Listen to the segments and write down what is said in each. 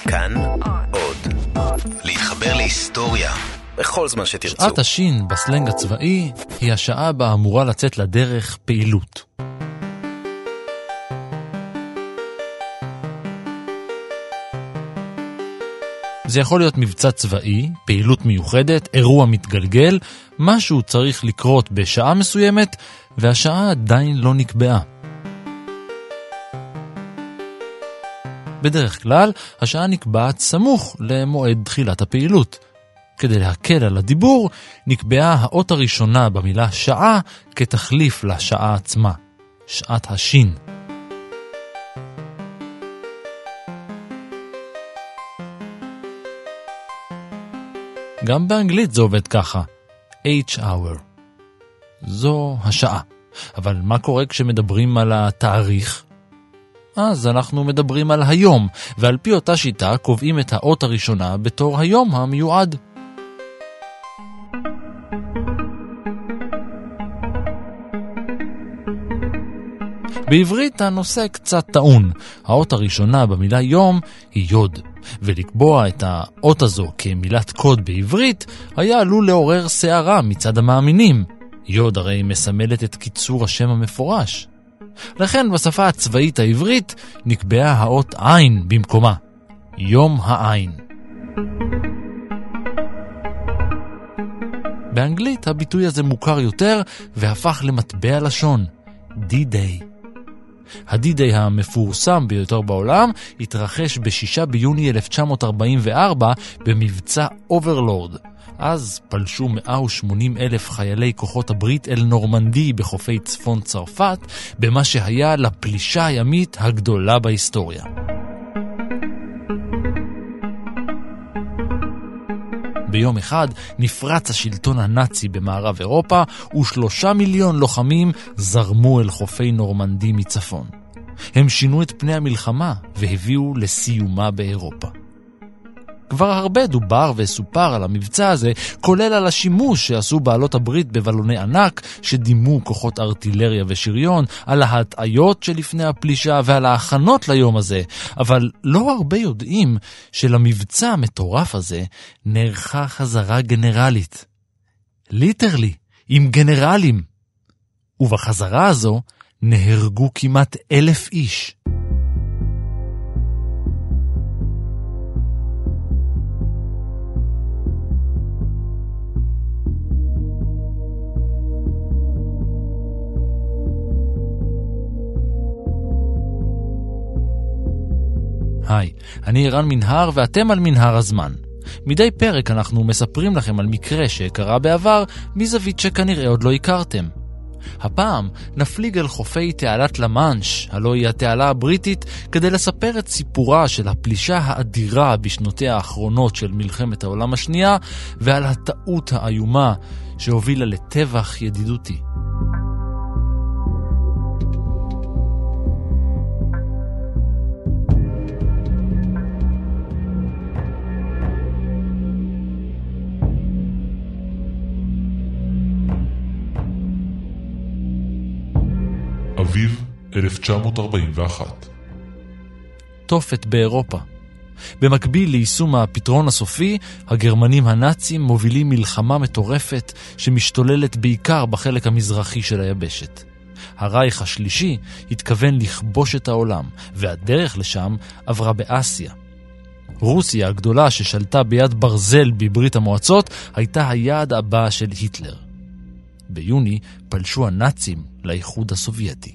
כאן עוד. להתחבר להיסטוריה בכל זמן שתרצו. שעת השין בסלנג הצבאי היא השעה בה אמורה לצאת לדרך פעילות. זה יכול להיות מבצע צבאי, פעילות מיוחדת, אירוע מתגלגל, משהו צריך לקרות בשעה מסוימת, והשעה עדיין לא נקבעה. בדרך כלל, השעה נקבעת סמוך למועד תחילת הפעילות. כדי להקל על הדיבור, נקבעה האות הראשונה במילה שעה כתחליף לשעה עצמה, שעת השין. גם באנגלית זה עובד ככה, H-hour. זו השעה. אבל מה קורה כשמדברים על התאריך? אז אנחנו מדברים על היום, ועל פי אותה שיטה קובעים את האות הראשונה בתור היום המיועד. בעברית הנושא קצת טעון. האות הראשונה במילה יום היא יוד, ולקבוע את האות הזו כמילת קוד בעברית היה עלול לעורר שערה מצד המאמינים. יוד הרי מסמלת את קיצור השם המפורש. לכן בשפה הצבאית העברית נקבעה האות עין במקומה, יום העין. באנגלית הביטוי הזה מוכר יותר והפך למטבע לשון, D-Day. ה-D-Day המפורסם ביותר בעולם התרחש ב-6 ביוני 1944 במבצע אוברלורד. אז פלשו 180,000 חיילי כוחות הברית אל נורמנדי בחופי צפון צרפת, במה שהיה לפלישה הימית הגדולה בהיסטוריה. ביום אחד נפרץ השלטון הנאצי במערב אירופה, ו3 מיליון לוחמים זרמו אל חופי נורמנדי מצפון. הם שינו את פני המלחמה והביאו לסיומה באירופה. כבר הרבה דובר וסופר על המבצע הזה, כולל על השימוש שעשו בעלות הברית בבלוני ענק שדימו כוחות ארטילריה ושריון, על ההטעיות שלפני הפלישה ועל ההכנות ליום הזה, אבל לא הרבה יודעים שלמבצע המטורף הזה נערכה חזרה גנרלית. ליטרלי, עם גנרלים. ובחזרה הזו נהרגו כמעט 1,000 איש. היי, אני ערן מנהר ואתם על מנהר הזמן. מדי פרק אנחנו מספרים לכם על מקרה שקרה בעבר מזווית שכנראה עוד לא הכרתם. הפעם נפליג אל חופי תעלת למאנש, הלא היא התעלה הבריטית, כדי לספר את סיפורה של הפלישה האדירה בשנותיה האחרונות של מלחמת העולם השנייה, ועל הטעות האיומה שהובילה לטבח ידידותי. אביב 1941. תופת באירופה. במקביל ליישום הפתרון הסופי, הגרמנים הנאצים מובילים מלחמה מטורפת שמשתוללת בעיקר בחלק המזרחי של היבשת. הרייך השלישי התכוון לכבוש את העולם, והדרך לשם עברה באסיה. רוסיה הגדולה ששלטה ביד ברזל בברית המועצות הייתה היעד הבא של היטלר. ביוני פלשו הנאצים לאיחוד הסובייטי.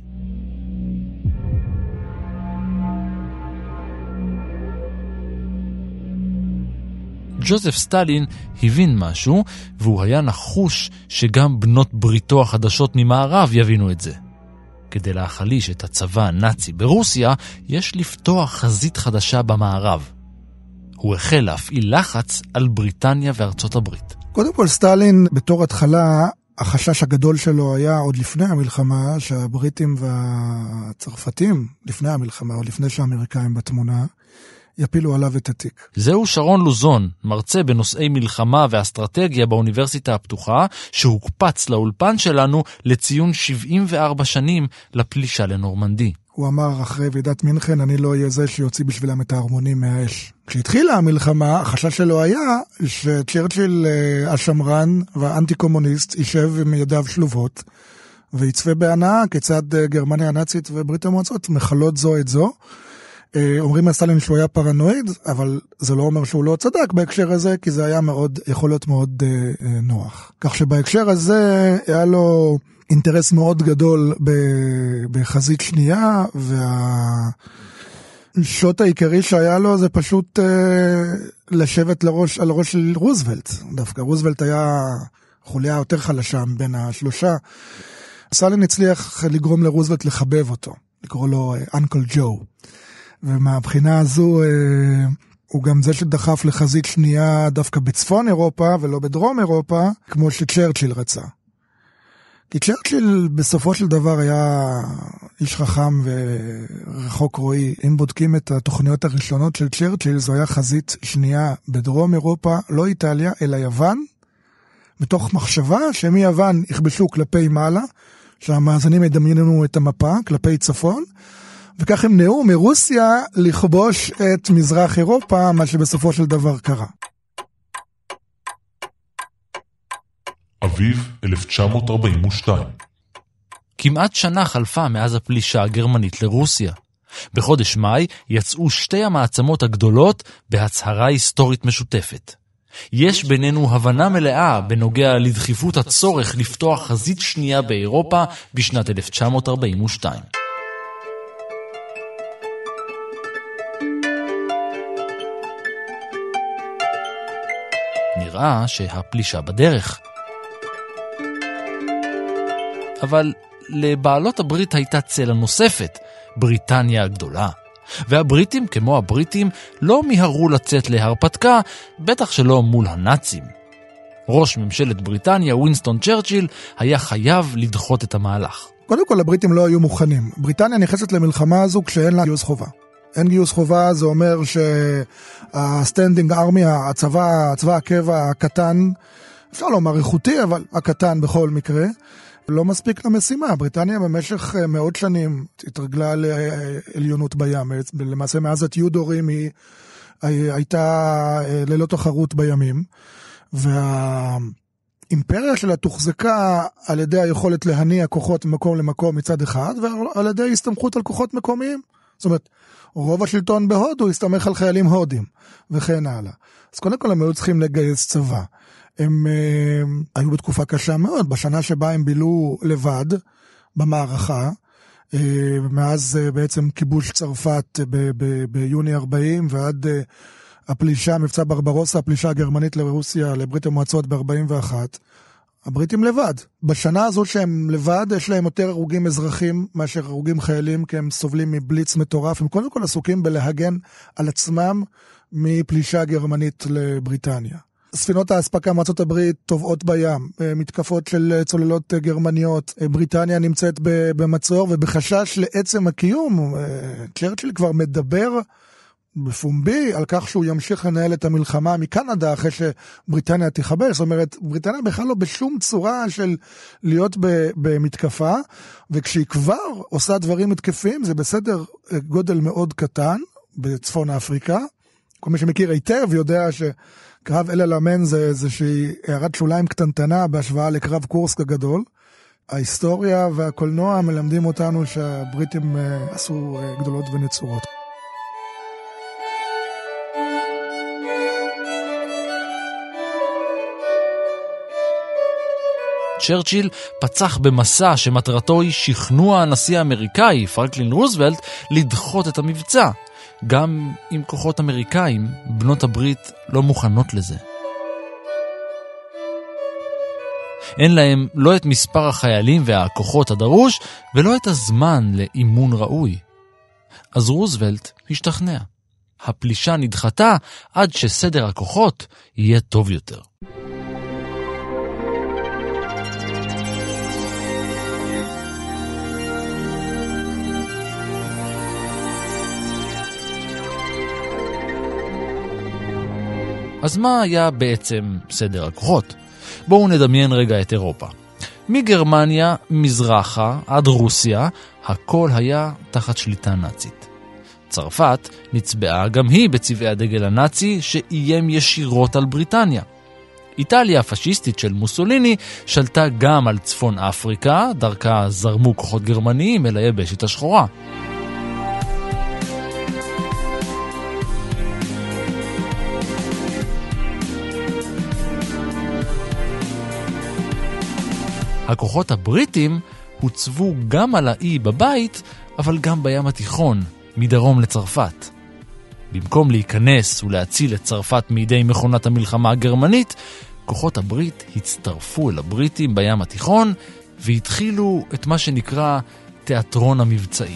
ג'וזף סטלין הבין משהו, והוא היה נחוש שגם בנות בריתו החדשות ממערב יבינו את זה. כדי להחליש את הצבא הנאצי ברוסיה, יש לפתוח חזית חדשה במערב. הוא החל להפעיל לחץ על בריטניה וארצות הברית. קודם כל סטלין בתור התחלה, החשש הגדול שלו היה עוד לפני המלחמה, שהבריטים והצרפתים לפני המלחמה, או לפני שהאמריקאים בתמונה, יפילו עליו את התיק. זהו שרון לוזון, מרצה בנושאי מלחמה ואסטרטגיה באוניברסיטה הפתוחה, שהוקפץ לאולפן שלנו לציון 74 שנים לפלישה לנורמנדי. הוא אמר אחרי ועידת מינכן, אני לא אהיה זה שיוציא בשבילם את ההרמונים מהאש. כשהתחילה המלחמה, החשש שלו היה שצ'רצ'יל השמרן והאנטי-קומוניסט יישב עם ידיו שלובות, ויצפה בהנאה כיצד גרמניה הנאצית וברית המועצות מחלות זו את זו. אומרים על סטלין שהוא היה פרנואיד, אבל זה לא אומר שהוא לא צדק בהקשר הזה, כי זה היה יכול להיות מאוד נוח. כך שבהקשר הזה היה לו אינטרס מאוד גדול בחזית שנייה, והשוט העיקרי שהיה לו זה פשוט לשבת על הראש של רוזוולט. דווקא רוזוולט היה חוליה יותר חלשה בין השלושה. סטלין הצליח לגרום לרוזוולט לחבב אותו, לקרוא לו אנקל ג'ו. ומהבחינה הזו הוא גם זה שדחף לחזית שנייה דווקא בצפון אירופה ולא בדרום אירופה, כמו שצ'רצ'יל רצה. כי צ'רצ'יל בסופו של דבר היה איש חכם ורחוק רואי. אם בודקים את התוכניות הראשונות של צ'רצ'יל, זו היה חזית שנייה בדרום אירופה, לא איטליה, אלא יוון, מתוך מחשבה שמיוון יכבשו כלפי מעלה, שהמאזינים ידמיינו את המפה כלפי צפון, וכך הם נעו מרוסיה לכבוש את מזרח אירופה, מה שבסופו של דבר קרה. אביב 1942. כמעט שנה חלפה מאז הפלישה הגרמנית לרוסיה. בחודש מאי יצאו שתי המעצמות הגדולות בהצהרה היסטורית משותפת. יש בינינו הבנה מלאה בנוגע לדחיפות הצורך לפתוח חזית שנייה באירופה בשנת 1942. נראה שהפלישה בדרך. אבל לבעלות הברית הייתה צלע נוספת, בריטניה הגדולה. והבריטים, כמו הבריטים, לא מיהרו לצאת להרפתקה, בטח שלא מול הנאצים. ראש ממשלת בריטניה, ווינסטון צ'רצ'יל, היה חייב לדחות את המהלך. קודם כל, הבריטים לא היו מוכנים. בריטניה נכנסת למלחמה הזו כשאין לה גיוס חובה. אין גיוס חובה, זה אומר שהסטנדינג ארמי, צבא הקבע הקטן, אפשר לומר איכותי, אבל הקטן בכל מקרה, לא מספיק למשימה. בריטניה במשך מאות שנים התרגלה לעליונות בים. למעשה מאז הטיודורים היא הייתה ללא תחרות בימים, והאימפריה שלה תוחזקה על ידי היכולת להניע כוחות ממקום למקום מצד אחד, ועל ידי הסתמכות על כוחות מקומיים. זאת אומרת, רוב השלטון בהודו הסתמך על חיילים הודים, וכן הלאה. אז קודם כל הם היו צריכים לגייס צבא. הם היו בתקופה קשה מאוד, בשנה שבה הם בילו לבד במערכה, מאז בעצם כיבוש צרפת ביוני 40, ועד הפלישה, מבצע ברברוסה, הפלישה הגרמנית לרוסיה, לברית המועצות ב-41, הבריטים לבד. בשנה הזו שהם לבד, יש להם יותר הרוגים אזרחים מאשר הרוגים חיילים, כי הם סובלים מבליץ מטורף. הם קודם כל עסוקים בלהגן על עצמם מפלישה גרמנית לבריטניה. ספינות האספקה מארצות הברית טובעות בים, מתקפות של צוללות גרמניות, בריטניה נמצאת במצור ובחשש לעצם הקיום. צ'רצ'יל כבר מדבר בפומבי על כך שהוא ימשיך לנהל את המלחמה מקנדה אחרי שבריטניה תיכבש. זאת אומרת, בריטניה בכלל לא בשום צורה של להיות במתקפה, וכשהיא כבר עושה דברים מתקפים, זה בסדר גודל מאוד קטן בצפון אפריקה. כל מי שמכיר היטב יודע שקרב אל אלמן זה איזושהי הערת שוליים קטנטנה בהשוואה לקרב קורסק הגדול. ההיסטוריה והקולנוע מלמדים אותנו שהבריטים עשו גדולות ונצורות. צ'רצ'יל פצח במסע שמטרתו היא שכנוע הנשיא האמריקאי, פרנקלין רוזוולט, לדחות את המבצע. גם אם כוחות אמריקאים, בנות הברית לא מוכנות לזה. אין להם לא את מספר החיילים והכוחות הדרוש, ולא את הזמן לאימון ראוי. אז רוזוולט השתכנע. הפלישה נדחתה עד שסדר הכוחות יהיה טוב יותר. אז מה היה בעצם סדר הכוחות? בואו נדמיין רגע את אירופה. מגרמניה, מזרחה, עד רוסיה, הכל היה תחת שליטה נאצית. צרפת נצבעה גם היא בצבעי הדגל הנאצי שאיים ישירות על בריטניה. איטליה הפשיסטית של מוסוליני שלטה גם על צפון אפריקה, דרכה זרמו כוחות גרמניים אל היבשת השחורה. הכוחות הבריטים הוצבו גם על האי בבית, אבל גם בים התיכון, מדרום לצרפת. במקום להיכנס ולהציל את צרפת מידי מכונת המלחמה הגרמנית, כוחות הברית הצטרפו אל הבריטים בים התיכון, והתחילו את מה שנקרא תיאטרון המבצעים.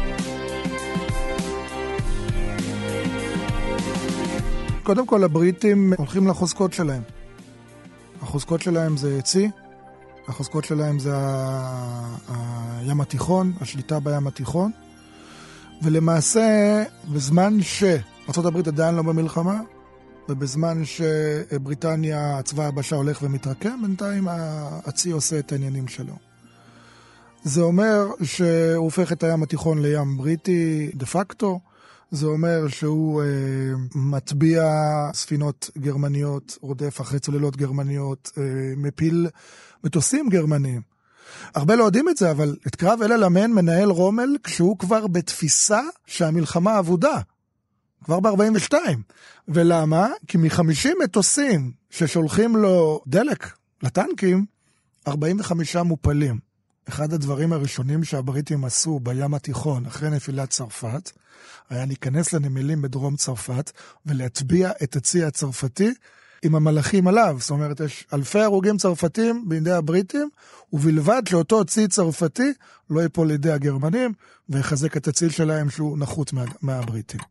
קודם כל, הבריטים הולכים לחוזקות שלהם. החוזקות שלהם זה צי, החוזקות שלהם זה הים התיכון, השליטה בים התיכון, ולמעשה, בזמן שארצות הברית עדיין לא במלחמה, ובזמן שבריטניה, צבא היבשה הולך ומתרקם, בינתיים הצי עושה את העניינים שלו. זה אומר שהוא הופך את הים התיכון לים בריטי דה פקטו, זה אומר שהוא מטביע ספינות גרמניות, רודף אחרי צוללות גרמניות, מפיל מטוסים גרמניים. הרבה לא יודעים את זה, אבל את קרב אל אלמן מנהל רומל כשהוא כבר בתפיסה שהמלחמה אבודה. כבר ב-42. ולמה? כי מ-50 מטוסים ששולחים לו דלק לטנקים, 45 מופלים. אחד הדברים הראשונים שהבריטים עשו בים התיכון אחרי נפילת צרפת, היה להיכנס לנמלים בדרום צרפת ולהטביע את הצי הצרפתי עם המלאכים עליו. זאת אומרת, יש אלפי הרוגים צרפתים בידי הבריטים, ובלבד שאותו צי צרפתי לא ייפול לידי הגרמנים, ויחזק את הציל שלהם שהוא נחוץ מהבריטים.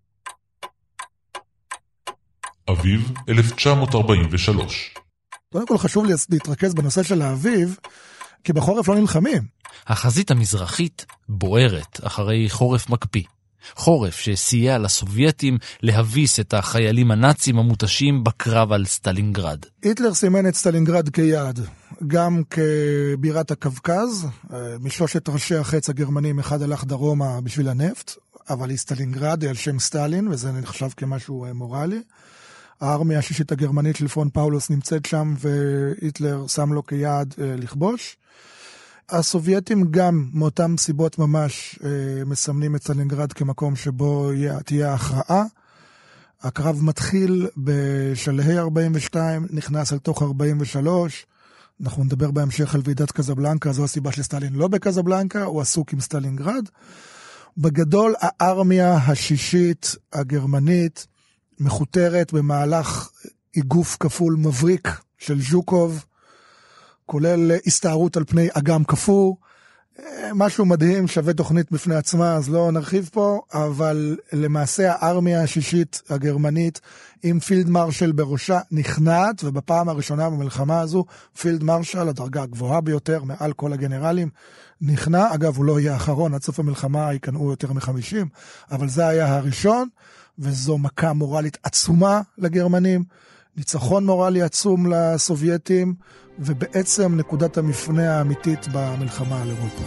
אביב 1943. קודם כל חשוב להתרכז בנושא של האביב, כי בחורף לא נלחמים. החזית המזרחית בוערת אחרי חורף מקפיא. חורף שסייע לסובייטים להביס את החיילים הנאצים המוטשים בקרב על סטלינגרד. היטלר סימן את סטלינגרד כיעד, גם כבירת הקווקז, משלושת ראשי החץ הגרמנים אחד הלך דרומה בשביל הנפט, אבל היא סטלינגרד, היא על שם סטלין, וזה נחשב כמשהו מורלי. הארמיה השישית הגרמנית של פון פאולוס נמצאת שם, והיטלר שם לו כיעד לכבוש. הסובייטים גם מאותם סיבות ממש מסמנים את סטלינגרד כמקום שבו תהיה הכרעה. הקרב מתחיל בשלהי 42, נכנס אל תוך 43. אנחנו נדבר בהמשך על ועידת קזבלנקה, זו הסיבה שסטלין לא בקזבלנקה, הוא עסוק עם סטלינגרד. בגדול הארמיה השישית הגרמנית מחותרת במהלך איגוף כפול מבריק של ז'וקוב, כולל הסתערות על פני אגם כפור, משהו מדהים, שווה תוכנית בפני עצמה, אז לא נרחיב פה, אבל למעשה הארמיה השישית הגרמנית עם פילד מרשל בראשה נכנעת, ובפעם הראשונה במלחמה הזו, פילד מרשל, הדרגה הגבוהה ביותר מעל כל הגנרלים, נכנע. אגב, הוא לא יהיה האחרון, עד סוף המלחמה יקנאו יותר מ-50, אבל זה היה הראשון, וזו מכה מורלית עצומה לגרמנים, ניצחון מורלי עצום לסובייטים, ובעצם נקודת המפנה האמיתית במלחמה על אירופה.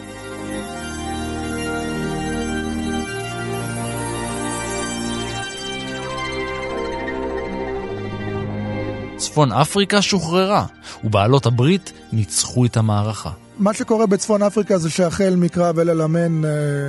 צפון אפריקה שוחררה, ובעלות הברית ניצחו את המערכה. מה שקורה בצפון אפריקה זה שהחל מקרב אל אלמן,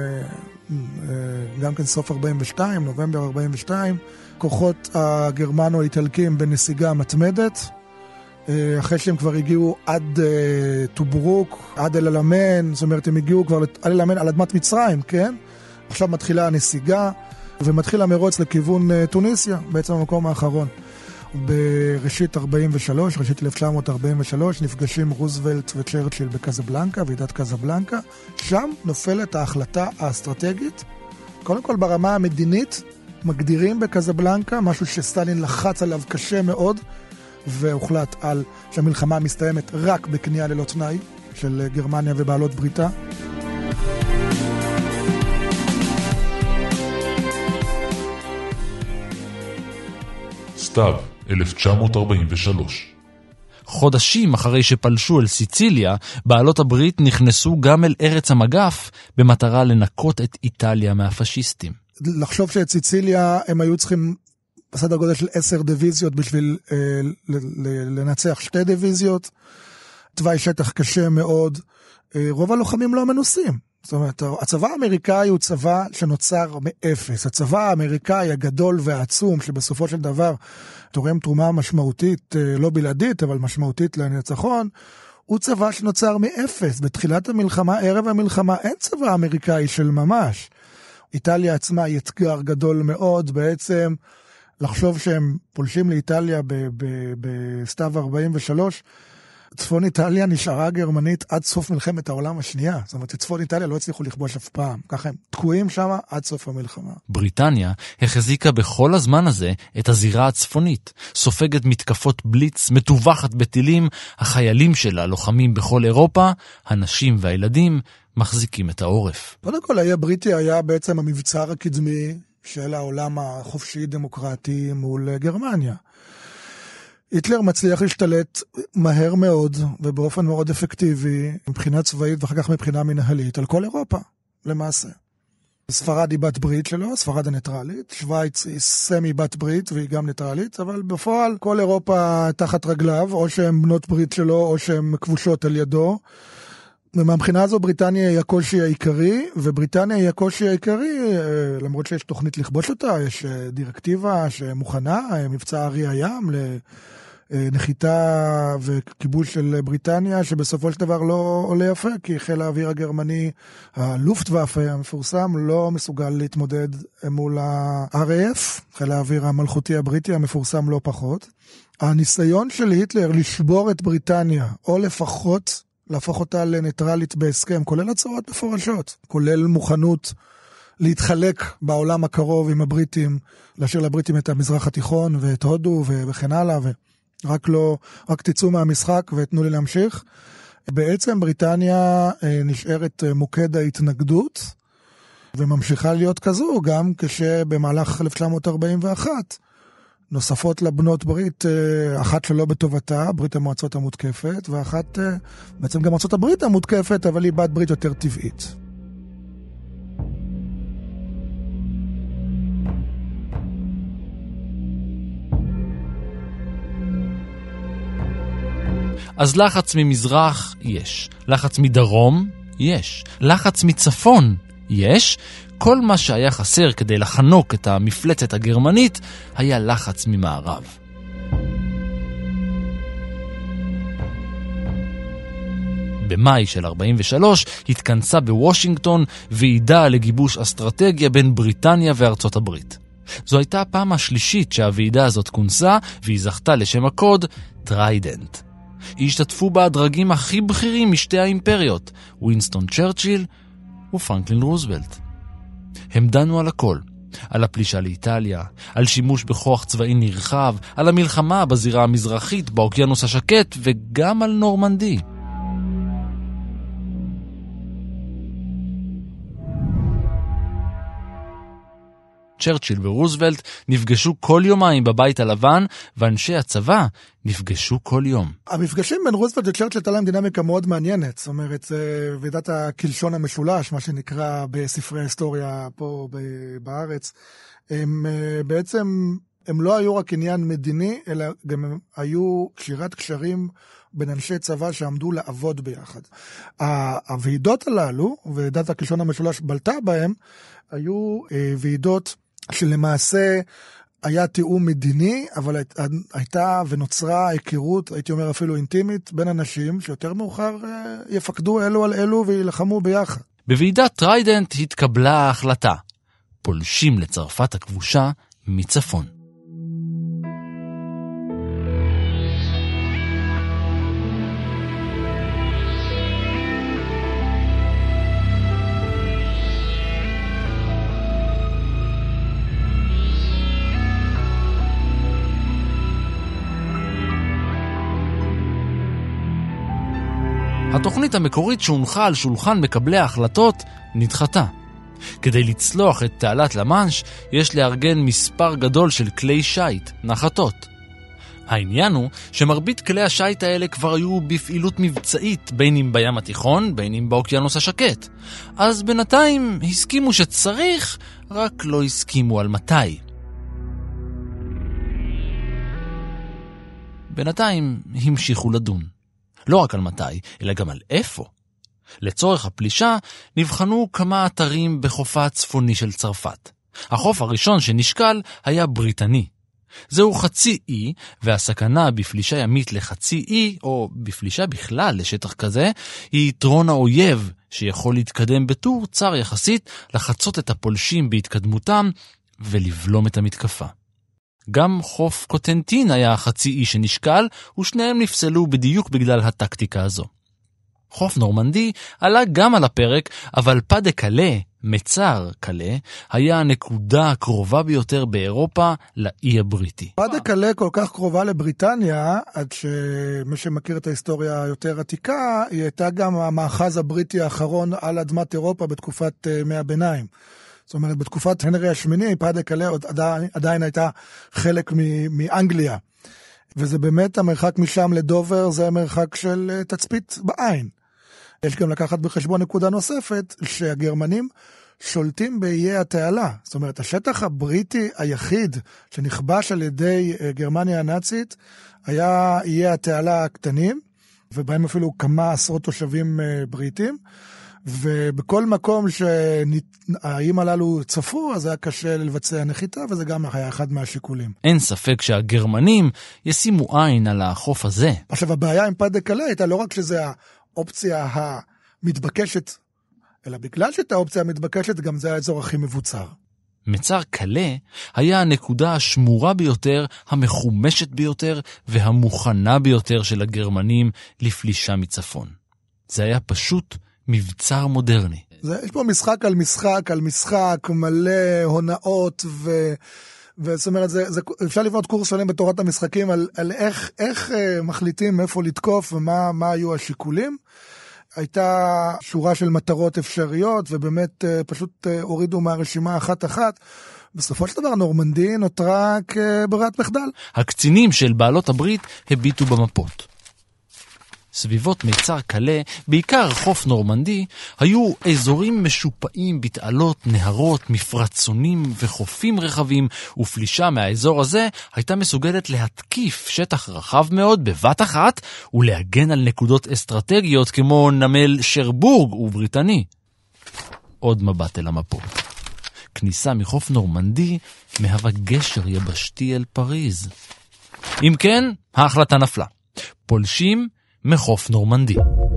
גם כן סוף 42, נובמבר 42, כוחות הגרמנו-איטלקים בנסיגה מתמדת, אחרי שהם כבר הגיעו עד טוברוק, עד אל אלמן, זאת אומרת הם הגיעו כבר אל אלמן על אדמת מצרים, כן? עכשיו מתחילה הנסיגה, ומתחיל המרוץ לכיוון טוניסיה, בעצם המקום האחרון. בראשית 43, ראשית 1943, נפגשים רוזוולט וצ'רצ'יל בקזבלנקה, ועידת קזבלנקה. שם נופלת ההחלטה האסטרטגית. קודם כל ברמה המדינית, מגדירים בקזבלנקה, משהו שסטלין לחץ עליו קשה מאוד, והוחלט על שהמלחמה מסתיימת רק בכניעה ללא תנאי של גרמניה ובעלות בריתה. סתיו, 1943. חודשים אחרי שפלשו אל סיציליה, בעלות הברית נכנסו גם אל ארץ המגף במטרה לנקות את איטליה מהפשיסטים. לחשוב שאת סיציליה הם היו צריכים בסדר גודל של 10 דיוויזיות בשביל לנצח 2 דיוויזיות, תוואי שטח קשה מאוד, רוב הלוחמים לא מנוסים. זאת אומרת, הצבא האמריקאי הוא צבא שנוצר מאפס. הצבא האמריקאי הגדול והעצום, שבסופו של דבר תורם תרומה משמעותית, לא בלעדית, אבל משמעותית לניצחון, הוא צבא שנוצר מאפס. בתחילת המלחמה, ערב המלחמה, אין צבא אמריקאי של ממש. איטליה עצמה היא אתגר גדול מאוד, בעצם לחשוב שהם פולשים לאיטליה בסתיו 43, צפון איטליה נשארה גרמנית עד סוף מלחמת העולם השנייה. זאת אומרת, צפון איטליה לא הצליחו לכבוש אף פעם. ככה הם תקועים שם עד סוף המלחמה. בריטניה החזיקה בכל הזמן הזה את הזירה הצפונית. סופגת מתקפות בליץ, מטווחת בטילים, החיילים שלה לוחמים בכל אירופה, הנשים והילדים מחזיקים את העורף. קודם כל, האי הבריטי היה בעצם המבצר הקדמי של העולם החופשי דמוקרטי מול גרמניה. היטלר מצליח להשתלט מהר מאוד ובאופן מאוד אפקטיבי מבחינה צבאית ואחר כך מבחינה מנהלית על כל אירופה, למעשה. ספרד היא בת ברית שלו, ספרד הניטרלית, שוויץ היא סמי בת ברית והיא גם ניטרלית, אבל בפועל כל אירופה תחת רגליו, או שהן בנות ברית שלו או שהן כבושות על ידו. ומהבחינה הזו בריטניה היא הקושי העיקרי, ובריטניה היא הקושי העיקרי, למרות שיש תוכנית לכבוש אותה, יש דירקטיבה שמוכנה, מבצע ארי הים לנחיתה וכיבוש של בריטניה, שבסופו של דבר לא עולה יפה, כי חיל האוויר הגרמני, הלופטוואפה המפורסם, לא מסוגל להתמודד מול ה-RAF, חיל האוויר המלכותי הבריטי המפורסם לא פחות. הניסיון של היטלר לשבור את בריטניה, או לפחות להפוך אותה לניטרלית בהסכם, כולל הצעות מפורשות, כולל מוכנות להתחלק בעולם הקרוב עם הבריטים, להשאיר לבריטים את המזרח התיכון ואת הודו וכן הלאה, רק תצאו מהמשחק ותנו לי להמשיך. בעצם בריטניה נשארת מוקד ההתנגדות, וממשיכה להיות כזו גם כשבמהלך 1941, נוספות לבנות ברית, אחת שלא בטובתה, ברית המועצות המותקפת, ואחת בעצם גם ארצות הברית המותקפת, אבל היא בת ברית יותר טבעית. אז לחץ ממזרח יש, לחץ מדרום יש, לחץ מצפון יש, כל מה שהיה חסר כדי לחנוק את המפלצת הגרמנית היה לחץ ממערב. במאי של 43 התכנסה בוושינגטון ועידה לגיבוש אסטרטגיה בין בריטניה וארצות הברית. זו הייתה הפעם השלישית שהוועידה הזאת כונסה, והיא זכתה לשם הקוד טריידנט. השתתפו בה הדרגים הכי בכירים משתי האימפריות, ווינסטון צ'רצ'יל ופרנקלין רוזוולט. הם דנו על הכל, על הפלישה לאיטליה, על שימוש בכוח צבאי נרחב, על המלחמה בזירה המזרחית, באוקיינוס השקט, וגם על נורמנדי. צ'רצ'יל ורוזוולט נפגשו כל יומיים בבית הלבן, ואנשי הצבא נפגשו כל יום. המפגשים בין רוזוולט וצ'רצ'יל הייתה להם דינמיקה מאוד מעניינת. זאת אומרת, זה ועידת הקלשון המשולש, מה שנקרא בספרי ההיסטוריה פה בארץ. הם בעצם, הם לא היו רק עניין מדיני, אלא גם הם היו קשירת קשרים בין אנשי צבא שעמדו לעבוד ביחד. הוועידות הללו, ועידת הקלשון המשולש בלטה בהם, היו ועידות שלמעשה היה תיאום מדיני, אבל הייתה ונוצרה היכרות, הייתי אומר אפילו אינטימית, בין אנשים שיותר מאוחר יפקדו אלו על אלו וילחמו ביחד. בוועידת טריידנט התקבלה ההחלטה, פולשים לצרפת הכבושה מצפון. התוכנית המקורית שהונחה על שולחן מקבלי ההחלטות נדחתה. כדי לצלוח את תעלת למאנש יש לארגן מספר גדול של כלי שייט, נחתות. העניין הוא שמרבית כלי השייט האלה כבר היו בפעילות מבצעית, בין אם בים התיכון, בין אם באוקיינוס השקט. אז בינתיים הסכימו שצריך, רק לא הסכימו על מתי. בינתיים המשיכו לדון. לא רק על מתי, אלא גם על איפה. לצורך הפלישה נבחנו כמה אתרים בחופה הצפוני של צרפת. החוף הראשון שנשקל היה בריטני. זהו חצי אי, והסכנה בפלישה ימית לחצי אי, או בפלישה בכלל לשטח כזה, היא יתרון האויב שיכול להתקדם בטור צר יחסית, לחצות את הפולשים בהתקדמותם ולבלום את המתקפה. גם חוף קוטנטין היה חצי אי שנשקל, ושניהם נפסלו בדיוק בגלל הטקטיקה הזו. חוף נורמנדי עלה גם על הפרק, אבל פא דה קלה, מצר קלה, היה הנקודה הקרובה ביותר באירופה לאי הבריטי. פא דה קלה כל כך קרובה לבריטניה, עד שמי שמכיר את ההיסטוריה היותר עתיקה, היא הייתה גם המאחז הבריטי האחרון על אדמת אירופה בתקופת ימי הביניים. זאת אומרת, בתקופת הנרי השמיני, פא דה קלה עדיין הייתה חלק מאנגליה. וזה באמת המרחק משם לדובר, זה המרחק של תצפית בעין. יש גם לקחת בחשבון נקודה נוספת, שהגרמנים שולטים באיי התעלה. זאת אומרת, השטח הבריטי היחיד שנכבש על ידי גרמניה הנאצית, היה איי התעלה הקטנים, ובהם אפילו כמה עשרות תושבים בריטים, ובכל מקום שהאיים הללו צפו, אז היה קשה לבצע נחיתה, וזה גם היה אחד מהשיקולים. אין ספק שהגרמנים ישימו עין על החוף הזה. עכשיו, הבעיה עם פא דה קלה הייתה לא רק שזה האופציה המתבקשת, אלא בגלל שהייתה האופציה המתבקשת, גם זה האזור הכי מבוצר. מצר קלה היה הנקודה השמורה ביותר, המחומשת ביותר, והמוכנה ביותר של הגרמנים לפלישה מצפון. זה היה פשוט מבצר מודרני. יש פה משחק על משחק על משחק, מלא הונאות זאת אומרת, אפשר לבנות קורס שלם בתורת המשחקים על איך מחליטים איפה לתקוף ומה היו השיקולים. הייתה שורה של מטרות אפשריות, ובאמת פשוט הורידו מהרשימה אחת. בסופו של דבר נורמנדי נותרה כברירת מחדל. הקצינים של בעלות הברית הביטו במפות. סביבות מצר קלה, בעיקר חוף נורמנדי, היו אזורים משופעים בתעלות, נהרות, מפרצונים וחופים רחבים, ופלישה מהאזור הזה הייתה מסוגלת להתקיף שטח רחב מאוד בבת אחת, ולהגן על נקודות אסטרטגיות כמו נמל שרבורג ובריטני. עוד מבט אל המפות. כניסה מחוף נורמנדי מהווה גשר יבשתי אל פריז. אם כן, ההחלטה נפלה. פולשים מחוף נורמנדי.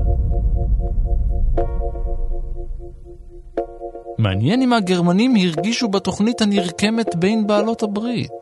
מעניין אם הגרמנים הרגישו בתוכנית הנרקמת בין בעלות הברית.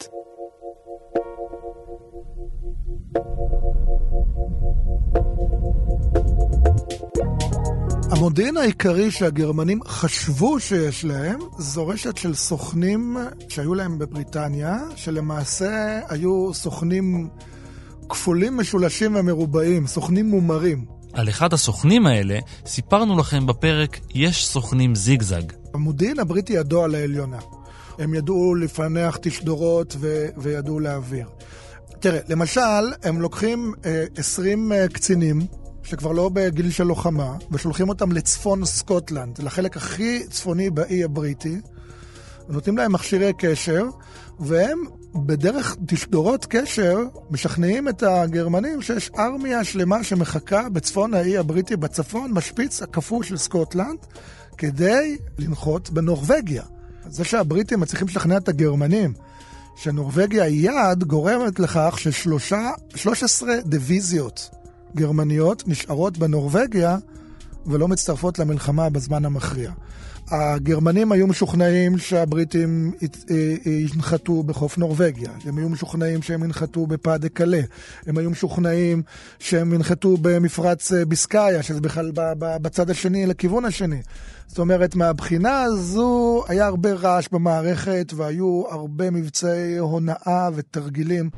המודיעין העיקרי שהגרמנים חשבו שיש להם, זו רשת של סוכנים שהיו להם בבריטניה, שלמעשה היו סוכנים כפולים, משולשים ומרובעים, סוכנים מומרים. על אחד הסוכנים האלה סיפרנו לכם בפרק יש סוכנים זיגזג. המודיעין הבריטי ידוע על העליונה. הם ידעו לפענח תשדורות וידעו להעביר. תראה, למשל, הם לוקחים 20 קצינים, שכבר לא בגיל של לוחמה, ושולחים אותם לצפון סקוטלנד, לחלק הכי צפוני באי הבריטי, ונותנים להם מכשירי קשר, והם בדרך תשדורות קשר משכנעים את הגרמנים שיש ארמיה שלמה שמחכה בצפון האי הבריטי, בצפון, משפיץ הכפור של סקוטלנד, כדי לנחות בנורווגיה. זה שהבריטים מצליחים לשכנע את הגרמנים שנורווגיה היא יעד, גורמת לכך ש13 דיוויזיות גרמניות נשארות בנורווגיה ולא מצטרפות למלחמה בזמן המכריע. הגרמנים היו משוכנעים שהבריטים ינחתו בחוף נורווגיה, הם היו משוכנעים שהם ינחתו בפא דה קלה, הם היו משוכנעים שהם ינחתו במפרץ ביסקאיה, שזה בכלל בצד השני, לכיוון השני. זאת אומרת, מהבחינה הזו היה הרבה רעש במערכת, והיו הרבה מבצעי הונאה ותרגילים.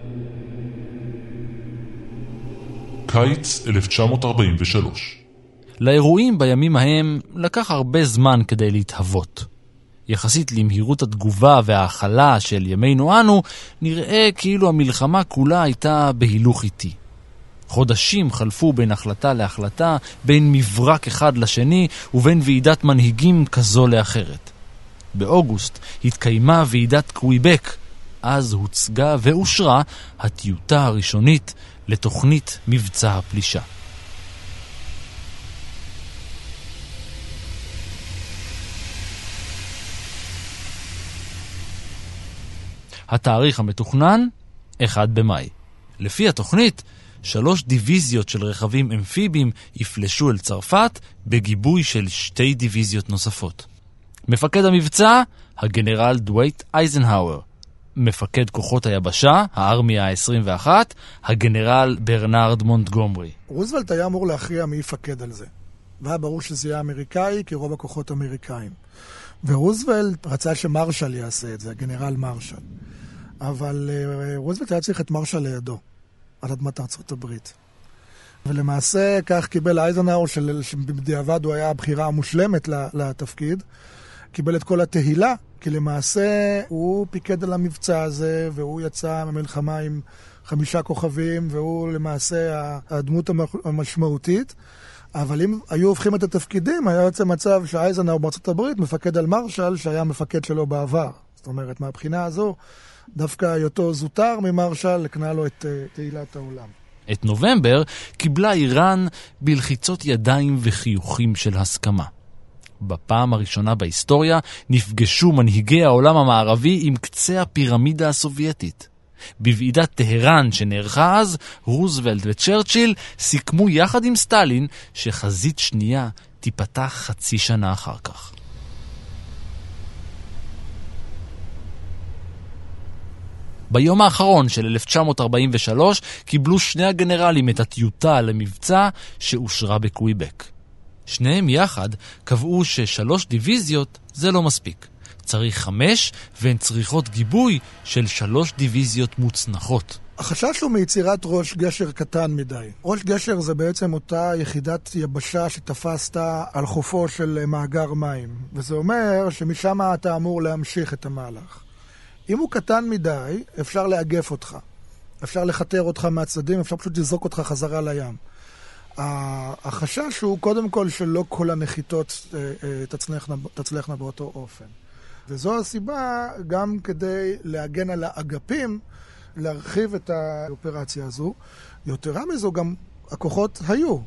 קיץ 1943. לאירועים בימים ההם לקח הרבה זמן כדי להתהוות. יחסית למהירות התגובה וההכלה של ימינו אנו, נראה כאילו המלחמה כולה הייתה בהילוך איטי. חודשים חלפו בין החלטה להחלטה, בין מברק אחד לשני ובין ועידת מנהיגים כזו לאחרת. באוגוסט התקיימה ועידת קוויבק, אז הוצגה ואושרה הטיוטה הראשונית לתוכנית מבצע הפלישה. התאריך המתוכנן, 1 במאי. לפי התוכנית, 3 דיוויזיות של רכבים אמפיביים יפלשו אל צרפת בגיבוי של 2 דיוויזיות נוספות. מפקד המבצע, הגנרל דווייט אייזנהאואר. מפקד כוחות היבשה, הארמיה ה-21, הגנרל ברנרד מונטגומרי. רוזוולט היה אמור להכריע מי יפקד על זה. והיה ברור שזה יהיה אמריקאי, כי רוב הכוחות אמריקאים. ורוזוולט רצה שמרשל יעשה את זה, הגנרל מרשל. אבל רוזוולט היה צריך את מרשל לידו, על אדמת ארצות הברית. ולמעשה כך קיבל אייזנהאואר, שבדיעבד הוא היה הבחירה המושלמת לתפקיד, קיבל את כל התהילה, כי למעשה הוא פיקד על המבצע הזה, והוא יצא ממלחמה עם 5 כוכבים, והוא למעשה הדמות המשמעותית. אבל אם היו הופכים את התפקידים, היה יוצא מצב שאייזנהאואר בארצות הברית מפקד על מרשל, שהיה מפקד שלו בעבר. זאת אומרת, מהבחינה הזו, דווקא היותו זוטר ממרשל, הקנה לו את תהילת העולם. את נובמבר קיבלה איראן בלחיצות ידיים וחיוכים של הסכמה. בפעם הראשונה בהיסטוריה נפגשו מנהיגי העולם המערבי עם קצה הפירמידה הסובייטית. בוועידת טהרן שנערכה אז, רוזוולט וצ'רצ'יל סיכמו יחד עם סטלין שחזית שנייה תיפתח חצי שנה אחר כך. ביום האחרון של 1943 קיבלו 2 הגנרלים את הטיוטה למבצע שאושרה בקוויבק. שניהם יחד קבעו ש3 דיוויזיות זה לא מספיק. צריך 5 והן צריכות גיבוי של 3 דיוויזיות מוצנחות. החשש הוא מיצירת ראש גשר קטן מדי. ראש גשר זה בעצם אותה יחידת יבשה שתפסת על חופו של מאגר מים. וזה אומר שמשם אתה אמור להמשיך את המהלך. אם הוא קטן מדי, אפשר לאגף אותך. אפשר לחתר אותך מהצדדים, אפשר פשוט לזרוק אותך חזרה לים. החשש הוא קודם כל שלא כל הנחיתות תצלחנה באותו אופן. וזו הסיבה גם כדי להגן על האגפים, להרחיב את האופרציה הזו. יתרה מזו גם הכוחות היו.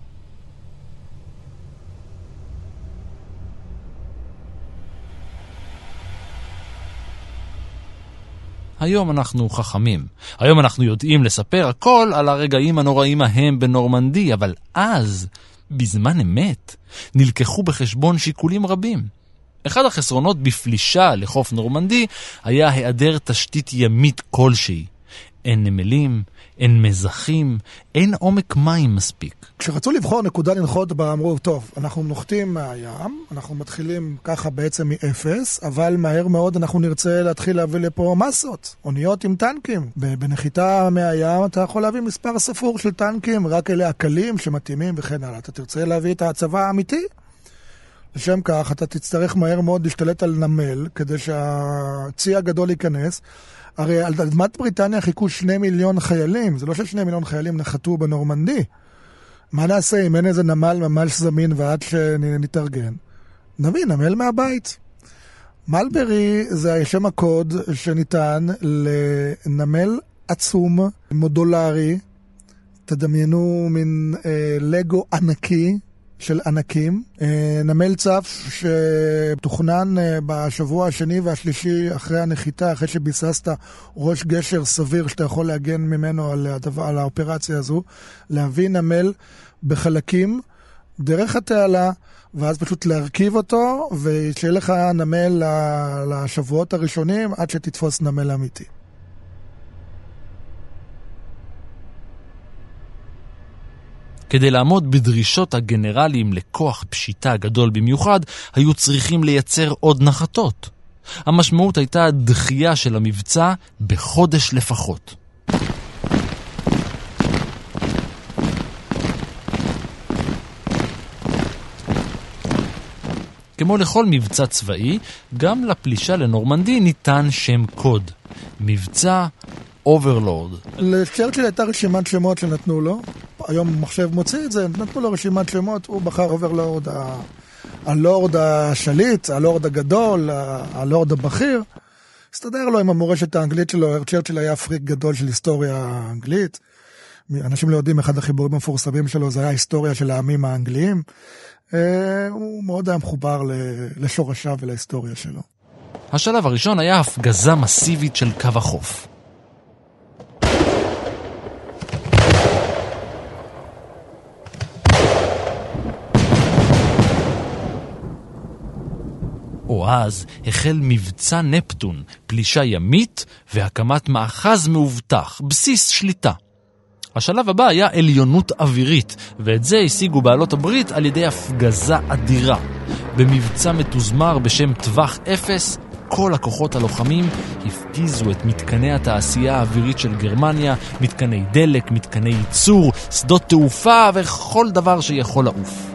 היום אנחנו חכמים. היום אנחנו יודעים לספר הכל על הרגעים הנוראים ההם בנורמנדי, אבל אז, בזמן אמת, נלקחו בחשבון שיקולים רבים. אחד החסרונות בפלישה לחוף נורמנדי היה היעדר תשתית ימית כלשהי. אין נמלים, אין מזחים, אין עומק מים מספיק. כשרצו לבחור נקודה לנחות בה, אמרו, טוב, אנחנו נוחתים מהים, אנחנו מתחילים ככה בעצם מ-0, אבל מהר מאוד אנחנו נרצה להתחיל להביא לפה מסות, אוניות עם טנקים. בנחיתה מהים אתה יכול להביא מספר ספור של טנקים, רק אלה הקלים שמתאימים וכן הלאה. אתה תרצה להביא את הצבא האמיתי? לשם כך אתה תצטרך מהר מאוד להשתלט על נמל, כדי שהצי הגדול ייכנס. הרי על אדמת בריטניה חיכו 2 מיליון חיילים, זה לא ש2 מיליון חיילים נחתו בנורמנדי. מה נעשה אם אין איזה נמל ממש זמין ועד שנתארגן? נביא נמל מהבית. מלברי זה השם הקוד שניתן לנמל עצום, מודולרי, תדמיינו מין לגו ענקי, של ענקים, נמל צף שתוכנן בשבוע השני והשלישי אחרי הנחיתה, אחרי שביססת ראש גשר סביר שאתה יכול להגן ממנו על האופרציה הזו, להביא נמל בחלקים דרך התעלה, ואז פשוט להרכיב אותו, ושיהיה לך נמל לשבועות הראשונים עד שתתפוס נמל אמיתי. כדי לעמוד בדרישות הגנרלים לכוח פשיטה גדול במיוחד, היו צריכים לייצר עוד נחתות. המשמעות הייתה דחייה של המבצע בחודש לפחות. כמו לכל מבצע צבאי, גם לפלישה לנורמנדי ניתן שם קוד. מבצע אוברלורד. לצ'רצ'יל הייתה רשימת שמות שנתנו לו. היום מחשב מוציא את זה, נתנו לו רשימת שמות, הוא בחר אוברלורד, הלורד השליט, הלורד הגדול, הלורד הבכיר. הסתדר לו עם המורשת האנגלית שלו. צ'רצ'יל היה פריק גדול של היסטוריה האנגלית. אנשים לא יודעים, אחד החיבורים המפורסמים שלו זה היה היסטוריה של העמים האנגליים. הוא מאוד היה מחובר לשורשיו ולהיסטוריה שלו. השלב הראשון היה הפגזה מסיבית של קו החוף. או אז החל מבצע נפטון, פלישה ימית והקמת מאחז מאובטח, בסיס שליטה. השלב הבא היה עליונות אווירית, ואת זה השיגו בעלות הברית על ידי הפגזה אדירה. במבצע מתוזמר בשם טווח אפס, כל הכוחות הלוחמים הפגיזו את מתקני התעשייה האווירית של גרמניה, מתקני דלק, מתקני ייצור, שדות תעופה וכל דבר שיכול לעוף.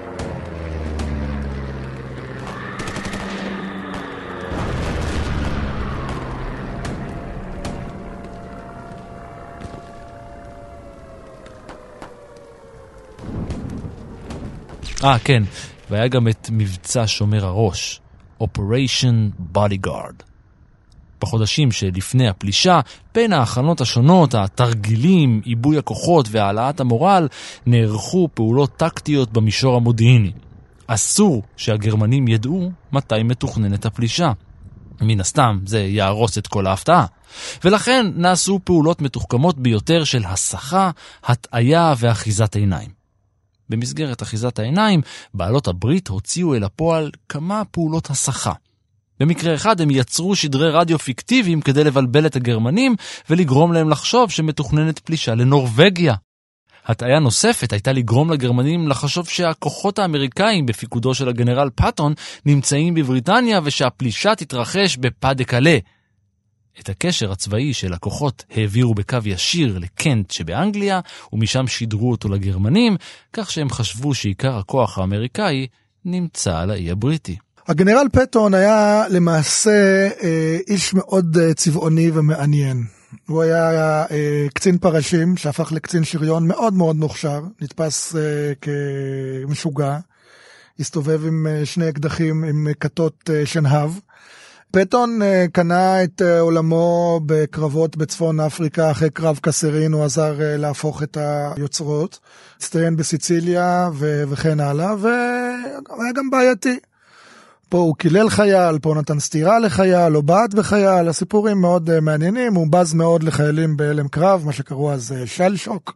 כן, והיה גם את מבצע שומר הראש, Operation Bodyguard. בחודשים שלפני הפלישה, בין ההכנות השונות, התרגילים, עיבוי הכוחות והעלאת המורל, נערכו פעולות טקטיות במישור המודיעיני. אסור שהגרמנים ידעו מתי מתוכננת הפלישה. מן הסתם זה יהרוס את כל ההפתעה. ולכן נעשו פעולות מתוחכמות ביותר של הסחה, הטעיה ואחיזת עיניים. במסגרת אחיזת העיניים, בעלות הברית הוציאו אל הפועל כמה פעולות הסחה. במקרה אחד הם יצרו שדרי רדיו פיקטיביים כדי לבלבל את הגרמנים ולגרום להם לחשוב שמתוכננת פלישה לנורווגיה. הטעיה נוספת הייתה לגרום לגרמנים לחשוב שהכוחות האמריקאים בפיקודו של הגנרל פאטון נמצאים בבריטניה ושהפלישה תתרחש בפא דה קלה. את הקשר הצבאי של הכוחות העבירו בקו ישיר לקנט שבאנגליה, ומשם שידרו אותו לגרמנים, כך שהם חשבו שעיקר הכוח האמריקאי נמצא על האי הבריטי. הגנרל פאטון היה למעשה איש מאוד צבעוני ומעניין. הוא היה קצין פרשים שהפך לקצין שריון מאוד מאוד מוכשר, נתפס כמשוגע, הסתובב עם שני אקדחים עם כתות שנהב. פאטון קנה את עולמו בקרבות בצפון אפריקה, אחרי קרב קסרין הוא עזר להפוך את היוצרות, הצטיין בסיציליה וכן הלאה, והיה גם בעייתי. פה הוא קילל חייל, פה הוא נתן סתירה לחייל, או בעט בחייל, הסיפורים מאוד מעניינים, הוא בז מאוד לחיילים בהלם קרב, מה שקראו אז שלשוק,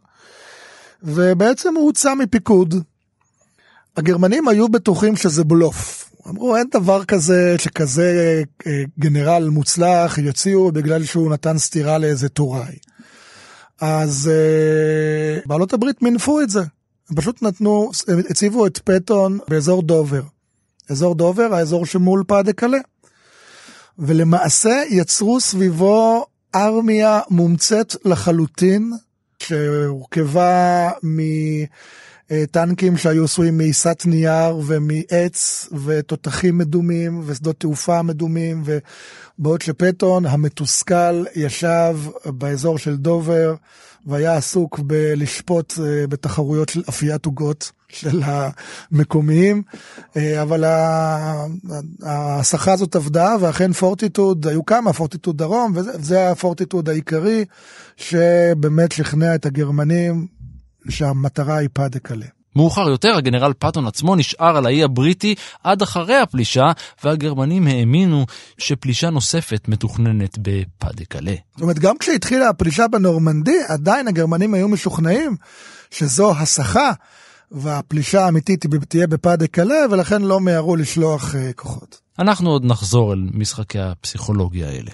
ובעצם הוא הוצא מפיקוד. הגרמנים היו בטוחים שזה בלוף. אמרו, אין דבר כזה שכזה גנרל מוצלח יוציאו בגלל שהוא נתן סתירה לאיזה טוראי. אז בעלות הברית מינפו את זה. הם פשוט הציבו את פאטון באזור דובר. אזור דובר, האזור שמול פא דה קלה. ולמעשה יצרו סביבו ארמיה מומצאת לחלוטין, שהורכבה טנקים שהיו עשויים מעיסת נייר ומעץ ותותחים מדומים ושדות תעופה מדומים, ובעוד שפאטון המתוסכל ישב באזור של דובר והיה עסוק בלשפוט בתחרויות של אפיית עוגות של המקומיים, אבל ההסחה הזאת עבדה, ואכן פורטיטוד, היו כמה, פורטיטוד דרום, וזה הפורטיטוד העיקרי שבאמת שכנע את הגרמנים שהמטרה היא פא דה קלה. מאוחר יותר, הגנרל פאטון עצמו נשאר על האי הבריטי עד אחרי הפלישה, והגרמנים האמינו שפלישה נוספת מתוכננת בפא דה קלה. זאת אומרת, גם כשהתחילה הפלישה בנורמנדי, עדיין הגרמנים היו משוכנעים שזו הסחה, והפלישה האמיתית תהיה בפא דה קלה, ולכן לא מהרו לשלוח כוחות. אנחנו עוד נחזור אל משחקי הפסיכולוגיה האלה.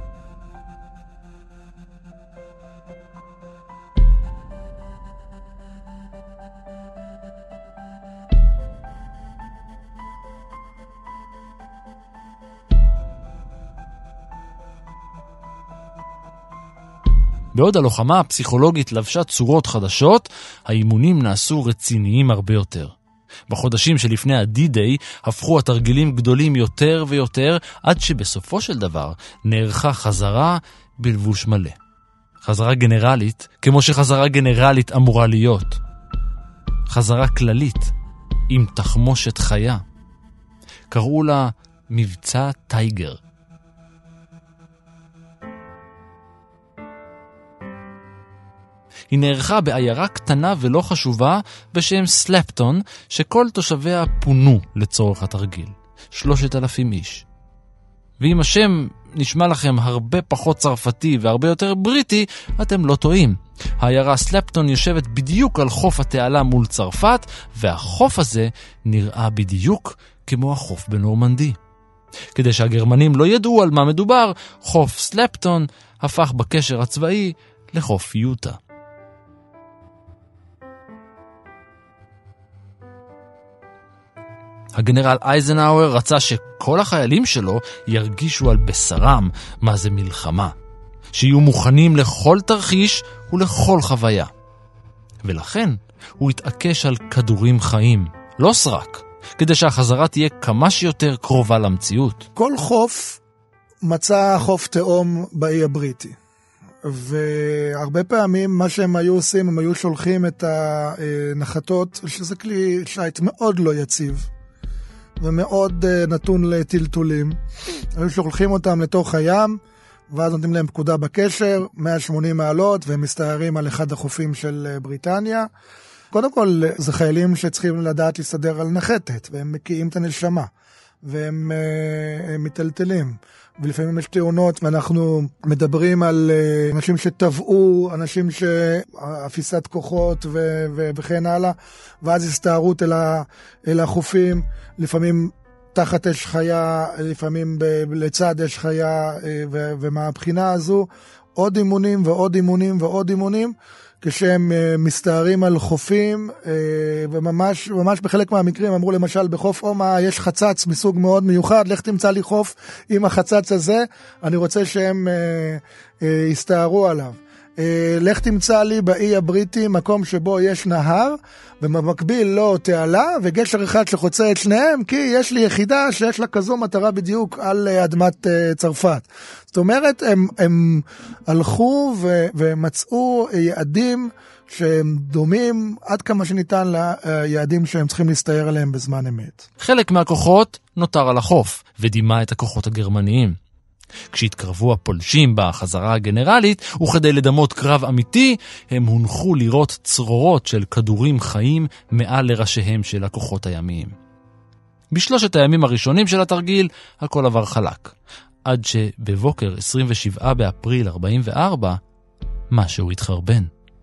בעוד הלוחמה הפסיכולוגית לבשה צורות חדשות, האימונים נעשו רציניים הרבה יותר. בחודשים שלפני ה-D-Day הפכו התרגילים גדולים יותר ויותר, עד שבסופו של דבר נערכה חזרה בלבוש מלא. חזרה גנרלית, כמו שחזרה גנרלית אמורה להיות. חזרה כללית, עם תחמושת חיה. קראו לה מבצע טייגר. היא נערכה בעיירה קטנה ולא חשובה בשם סלפטון, שכל תושביה פונו לצורך התרגיל. 3,000 איש. ואם השם נשמע לכם הרבה פחות צרפתי והרבה יותר בריטי, אתם לא טועים. העיירה סלפטון יושבת בדיוק על חוף התעלה מול צרפת, והחוף הזה נראה בדיוק כמו החוף בנורמנדי. כדי שהגרמנים לא ידעו על מה מדובר, חוף סלפטון הפך בקשר הצבאי לחוף יוטה. הגנרל אייזנהאואר רצה שכל החיילים שלו ירגישו על בשרם מה זה מלחמה, שיהיו מוכנים לכל תרחיש ולכל חוויה. ולכן הוא התעקש על כדורים חיים, לא סרק, כדי שהחזרה תהיה כמה שיותר קרובה למציאות. כל חוף מצא חוף תאום באי הבריטי. והרבה פעמים מה שהם היו עושים, הם היו שולחים את הנחתות, שזה כלי שייט מאוד לא יציב, ומאוד נתון לטלטולים. היו שולחים אותם לתוך הים, ואז נותנים להם פקודה בקשר, 180 מעלות, והם מסתערים על אחד החופים של בריטניה. קודם כל, זה חיילים שצריכים לדעת להסתדר על נחתת, והם מקיאים את הנשמה, והם מטלטלים. ולפעמים יש תאונות, ואנחנו מדברים על אנשים שטבעו, אנשים שאפיסת כוחות וכן הלאה, ואז הסתערות אל החופים, לפעמים תחת אש חיה, לפעמים לצד אש חיה, ומהבחינה הזו, עוד אימונים ועוד אימונים ועוד אימונים, כשהם מסתערים על חופים, וממש בחלק מהמקרים אמרו למשל בחוף אומה יש חצץ מסוג מאוד מיוחד, לך תמצא לי חוף עם החצץ הזה, אני רוצה שהם יסתערו עליו. לך תמצא לי באי הבריטי מקום שבו יש נהר, ובמקביל לא תעלה, וגשר אחד שחוצה את שניהם, כי יש לי יחידה שיש לה כזו מטרה בדיוק על אדמת צרפת. זאת אומרת, הם הלכו ומצאו יעדים שהם דומים עד כמה שניתן ליעדים שהם צריכים להסתער עליהם בזמן אמת. חלק מהכוחות נותר על החוף, ודימה את הכוחות הגרמניים. כשהתקרבו הפולשים בחזרה הגנרלית, וכדי לדמות קרב אמיתי, הם הונחו לראות צרורות של כדורים חיים מעל לראשיהם של הכוחות הימיים. בשלושת הימים הראשונים של התרגיל, הכל עבר חלק. עד שבבוקר 27 באפריל 44, משהו התחרבן.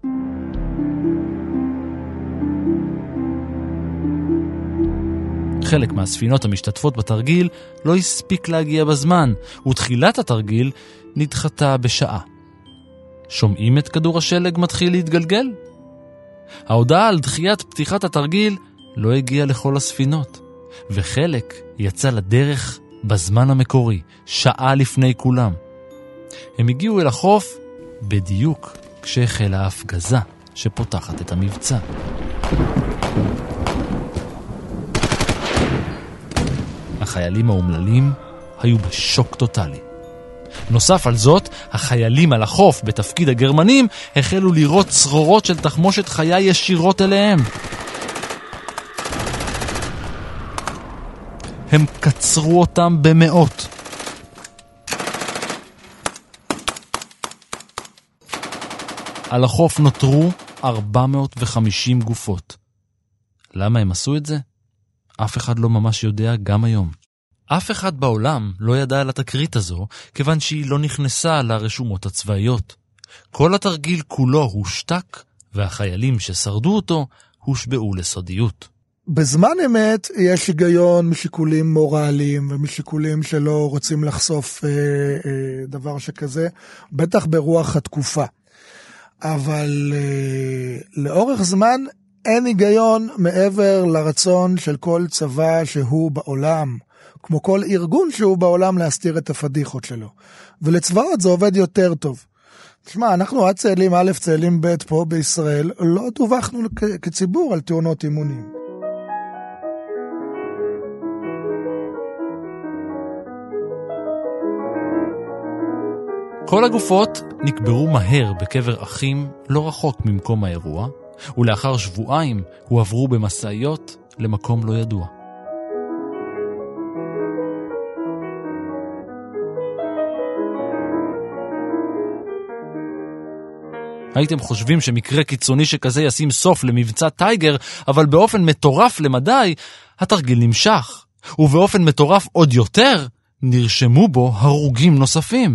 חלק מהספינות המשתתפות בתרגיל לא הספיק להגיע בזמן, ותחילת התרגיל נדחתה בשעה. שומעים את כדור השלג מתחיל להתגלגל? ההודעה על דחיית פתיחת התרגיל לא הגיעה לכל הספינות, וחלק יצא לדרך בזמן המקורי, שעה לפני כולם. הם הגיעו אל החוף בדיוק כשהחלה ההפגזה שפותחת את המבצע. החיילים האומללים היו בשוק טוטלי. נוסף על זאת, החיילים על החוף בתפקיד הגרמנים החלו לראות צרורות של תחמושת חיה ישירות אליהם. הם קצרו אותם במאות. על החוף נותרו 450 גופות. למה הם עשו את זה? אף אחד לא ממש יודע גם היום. אף אחד בעולם לא ידע על התקרית הזו, כיוון שהיא לא נכנסה לרשומות הצבאיות. כל התרגיל כולו הושתק, והחיילים ששרדו אותו הושבעו לסודיות. בזמן אמת יש היגיון משיקולים מורליים, ומשיקולים שלא רוצים לחשוף דבר שכזה, בטח ברוח התקופה. אבל לאורך זמן אין היגיון מעבר לרצון של כל צבא שהוא בעולם, כמו כל ארגון שהוא בעולם, להסתיר את הפדיחות שלו. ולצבאות זה עובד יותר טוב. תשמע, אנחנו עד צאלים א' צאלים ב' פה בישראל, לא דווחנו כציבור על תאונות אימונים. כל הגופות נקברו מהר בקבר אחים לא רחוק ממקום האירוע, ולאחר שבועיים הועברו במסעיות למקום לא ידוע. הייתם חושבים שמקרה קיצוני שכזה ישים סוף למבצע טייגר, אבל באופן מטורף למדי, התרגיל נמשך, ובאופן מטורף עוד יותר, נרשמו בו הרוגים נוספים.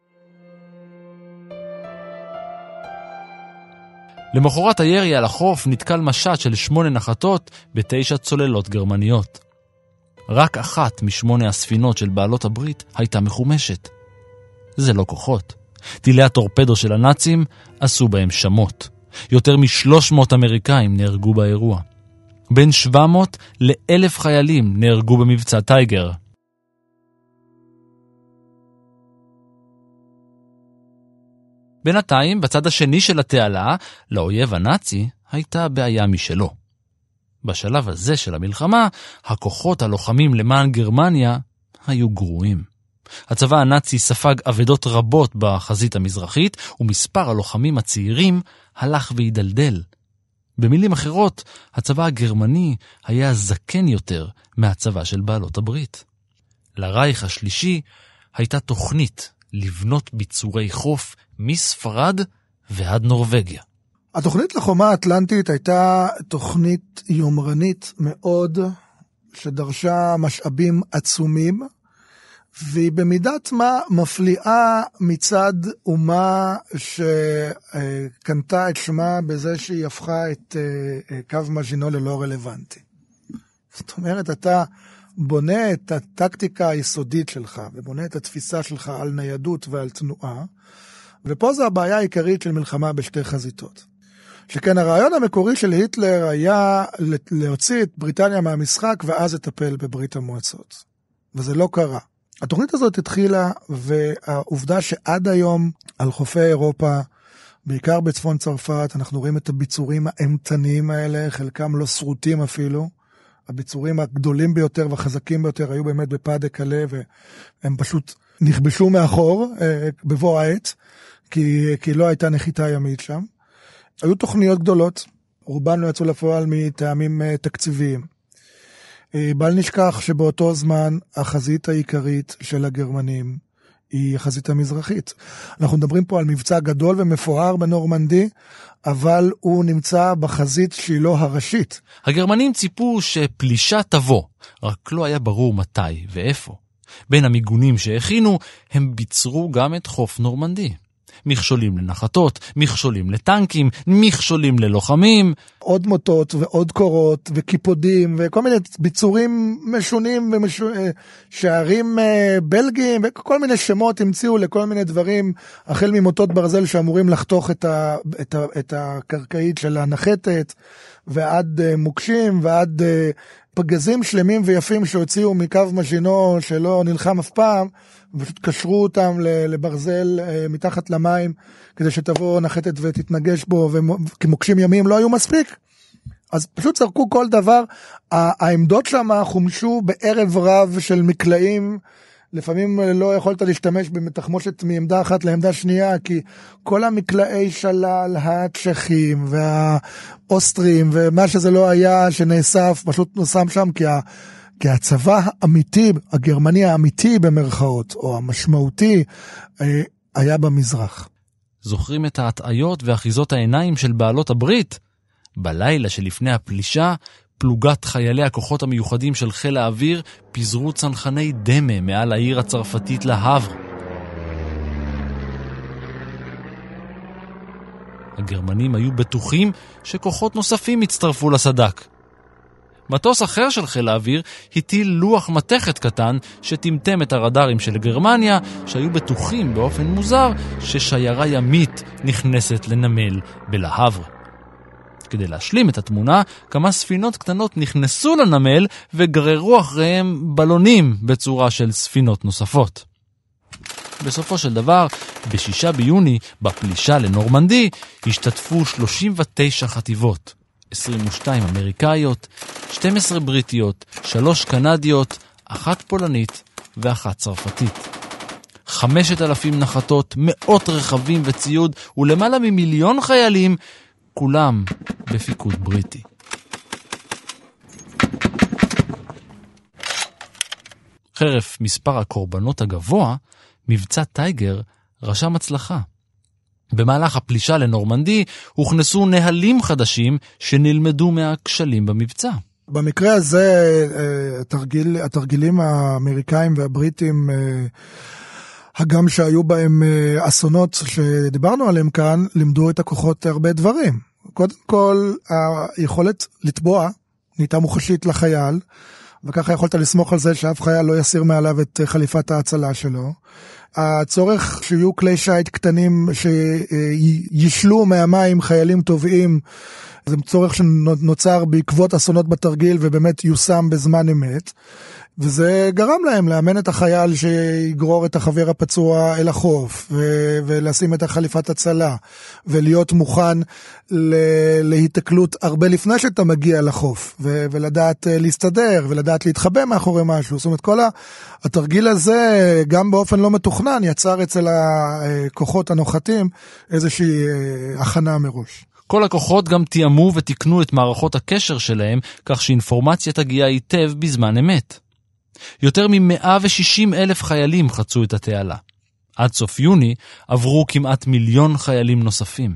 למחרת הירי על החוף נתקל משט של 8 נחתות ב9 צוללות גרמניות. רק אחת מ8 הספינות של בעלות הברית הייתה מחומשת. זה לא כוחות. טילי הטורפדו של הנאצים עשו בהם שמות. יותר מ300 אמריקאים נהרגו באירוע. בין 700 ל1,000 חיילים נהרגו במבצע טייגר. בינתיים, בצד השני של התעלה, לאויב הנאצי הייתה בעיה משלו. בשלב הזה של המלחמה, הכוחות הלוחמים למען גרמניה היו גרועים. הצבא הנאצי ספג אבדות רבות בחזית המזרחית, ומספר הלוחמים הצעירים הלך והידלדל. במילים אחרות, הצבא הגרמני היה זקן יותר מהצבא של בעלות הברית. לרייך השלישי הייתה תוכנית לבנות ביצורי חוף מספרד ועד נורווגיה. התוכנית לחומה האטלנטית הייתה תוכנית יומרנית מאוד, שדרשה משאבים עצומים, והיא במידת מה מפליאה מצד אומה שקנתה את שמה בזה שהיא הפכה את קו מז'ינו ללא רלוונטי. זאת אומרת, אתה בונה את הטקטיקה היסודית שלך, ובונה את התפיסה שלך על ניידות ועל תנועה, ופה זו הבעיה העיקרית של מלחמה בשתי חזיתות. שכן הרעיון המקורי של היטלר היה להוציא את בריטניה מהמשחק, ואז לטפל בברית המועצות. וזה לא קרה. התוכנית הזאת התחילה, והעובדה שעד היום על חופי אירופה, בעיקר בצפון צרפת, אנחנו רואים את הביצורים האימתניים האלה, חלקם לא שרוטים אפילו. הביצורים הגדולים ביותר והחזקים ביותר היו באמת בפאדה קלה, והם פשוט נכבשו מאחור בבוא העת, כי לא הייתה נחיתה ימית שם. היו תוכניות גדולות, רובן לא יצאו לפועל מטעמים תקציביים. בל נשכח שבאותו זמן החזית העיקרית של הגרמנים היא החזית המזרחית. אנחנו מדברים פה על מבצע גדול ומפואר בנורמנדי, אבל הוא נמצא בחזית שהיא לא הראשית. הגרמנים ציפו שפלישה תבוא, רק לא היה ברור מתי ואיפה. בין המיגונים שהכינו, הם ביצרו גם את חוף נורמנדי. מכשולים לנחתות, מכשולים לטנקים, מכשולים ללוחמים. עוד מוטות ועוד קורות וקיפודים וכל מיני ביצורים משונים שערים בלגיים וכל מיני שמות המציאו לכל מיני דברים, החל ממוטות ברזל שאמורים לחתוך את הקרקעית של הנחתת, ועד מוקשים ועד פגזים שלמים ויפים שהוציאו מקו מז'ינו שלא נלחם אף פעם, ופשוט קשרו אותם לברזל מתחת למים, כדי שתבוא נחתת ותתנגש בו, וכמוקשים ימים לא היו מספיק. אז פשוט צרקו כל דבר. העמדות שם חומשו בערב רב של מקלעים, לפעמים לא יכולת להשתמש בתחמושת מעמדה אחת לעמדה שנייה, כי כל המקלעי שלל, הצ'כים והאוסטרים, ומה שזה לא היה שנאסף, פשוט נוסם שם, כי הצבא האמיתי, הגרמני האמיתי במרכאות, או המשמעותי, היה במזרח. זוכרים את ההטעיות ואחיזות העיניים של בעלות הברית? בלילה שלפני הפלישה, פלוגת חיילי הכוחות המיוחדים של חיל האוויר פיזרו צנחני דמה מעל העיר הצרפתית להאבר. הגרמנים היו בטוחים שכוחות נוספים הצטרפו לסדק. מטוס אחר של חיל האוויר הטיל לוח מתכת קטן שטמטם את הרדארים של גרמניה, שהיו בטוחים באופן מוזר ששיירה ימית נכנסת לנמל בלהאבר. כדי להשלים את התמונה, כמה ספינות קטנות נכנסו לנמל וגררו אחריהם בלונים בצורה של ספינות נוספות. בסופו של דבר, ב6 ביוני, בפלישה לנורמנדי, השתתפו 39 חטיבות, 22 אמריקאיות, 12 בריטיות, 3 קנדיות, 1 פולנית ו1 צרפתית. 5,000 נחתות, מאות רכבים וציוד, ולמעלה מ1,000,000 חיילים, כולם בפיקוד בריטי. חרף מספר הקורבנות הגבוה, מבצע טייגר רשם הצלחה. במהלך הפלישה לנורמנדי הוכנסו נהלים חדשים שנלמדו מהכשלים במבצע. במקרה הזה, התרגילים האמריקאים והבריטים, הגם שהיו בהם אסונות שדיברנו עליהם כאן, לימדו את הכוחות הרבה דברים. קודם כל, היכולת לתבוע נהייתה מוחשית לחייל, וככה יכולת לסמוך על זה שאף חייל לא יסיר מעליו את חליפת ההצלה שלו. הצורך שיהיו כלי שייט קטנים שישלו מהמים חיילים טובעים, זה צורך שנוצר בעקבות אסונות בתרגיל ובאמת יושם בזמן אמת. וזה גרם להם לאמן את החייל שיגרור את החבר הפצוע אל החוף, ולשים את החליפת הצלה, ולהיות מוכן להתקלות הרבה לפני שאתה מגיע לחוף, ולדעת להסתדר, ולדעת להתחבא מאחורי משהו. זאת אומרת, כל התרגיל הזה, גם באופן לא מתוכנן, יצר אצל הכוחות הנוחתים איזושהי הכנה מראש. כל הכוחות גם תיאמו ותקנו את מערכות הקשר שלהם, כך שאינפורמציה תגיע היטב בזמן אמת. יותר מ160,000 חיילים חצו את התעלה. עד סוף יוני עברו כמעט 1,000,000 חיילים נוספים.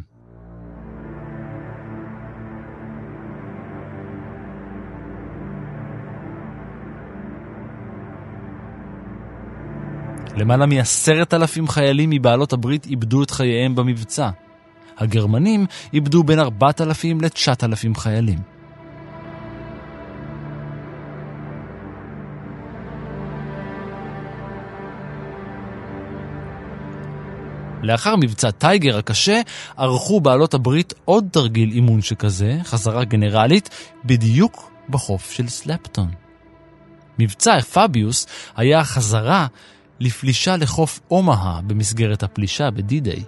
למעלה מ10,000 חיילים מבעלות הברית איבדו את חייהם במבצע. הגרמנים איבדו בין 4,000 ל-9,000 חיילים. לאחר מבצע טייגר הקשה, ערכו בעלות הברית עוד תרגיל אימון שכזה, חזרה גנרלית, בדיוק בחוף של סלפטון. מבצע פאביוס היה חזרה לפלישה לחוף אומהה במסגרת הפלישה בדי-דיי.